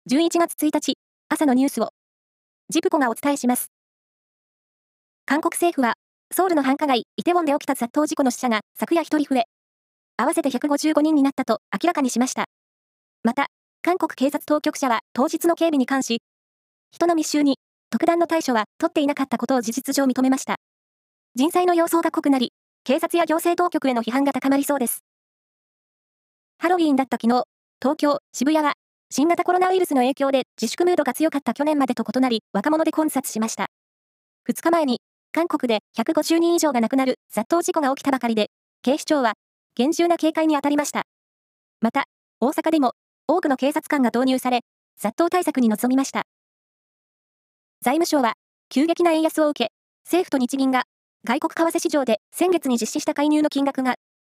11月1日、朝のニュースを、ジプコがお伝えします。韓国政府は、ソウルの繁華街、イテウォンで起きた雑踏事故の死者が昨夜1人増え、合わせて155人になったと明らかにしました。また、韓国警察当局者は当日の警備に関し、人の密集に特段の対処は取っていなかったことを事実上認めました。人災の様相が濃くなり、警察や行政当局への批判が高まりそうです。ハロウィーンだった昨日、東京、渋谷は、新型コロナウイルスの影響で自粛ムードが強かった去年までと異なり、若者で混雑しました。2日前に、韓国で150人以上が亡くなる雑踏事故が起きたばかりで、警視庁は厳重な警戒に当たりました。また、大阪でも多くの警察官が導入され、雑踏対策に臨みました。財務省は、急激な円安を受け、政府と日銀が外国為替市場で先月に実施した介入の金額が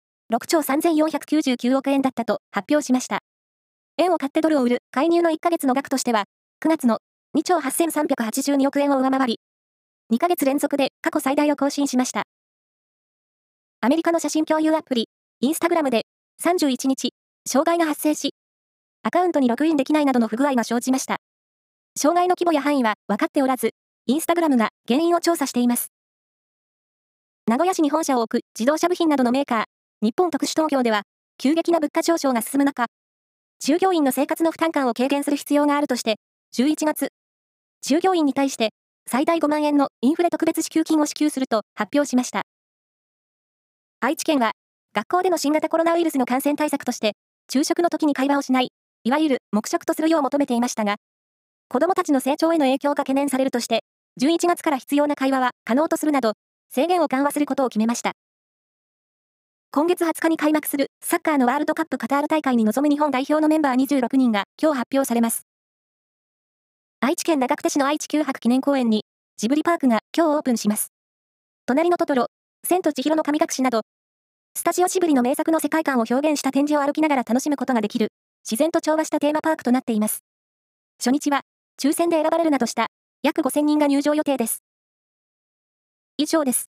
6兆3499億円だったと発表しました。円を買ってドルを売る介入の1ヶ月の額としては、9月の2兆8382億円を上回り、2ヶ月連続で過去最大を更新しました。アメリカの写真共有アプリ、インスタグラムで31日、障害が発生し、アカウントにログインできないなどの不具合が生じました。障害の規模や範囲は分かっておらず、インスタグラムが原因を調査しています。名古屋市に本社を置く自動車部品などのメーカー、日本特殊陶業では、急激な物価上昇が進む中、従業員の生活の負担感を軽減する必要があるとして、11月、従業員に対して最大5万円のインフレ特別支給金を支給すると発表しました。愛知県は、学校での新型コロナウイルスの感染対策として、昼食の時に会話をしない、いわゆる黙食とするよう求めていましたが、子どもたちの成長への影響が懸念されるとして、11月から必要な会話は可能とするなど、制限を緩和することを決めました。今月20日に開幕するサッカーのワールドカップカタール大会に臨む日本代表のメンバー26人が今日発表されます。愛知県長久手市の愛・地球博記念公園にジブリパークが今日オープンします。隣のトトロ、千と千尋の神隠しなど、スタジオジブリの名作の世界観を表現した展示を歩きながら楽しむことができる、自然と調和したテーマパークとなっています。初日は抽選で選ばれるなどした約5000人が入場予定です。以上です。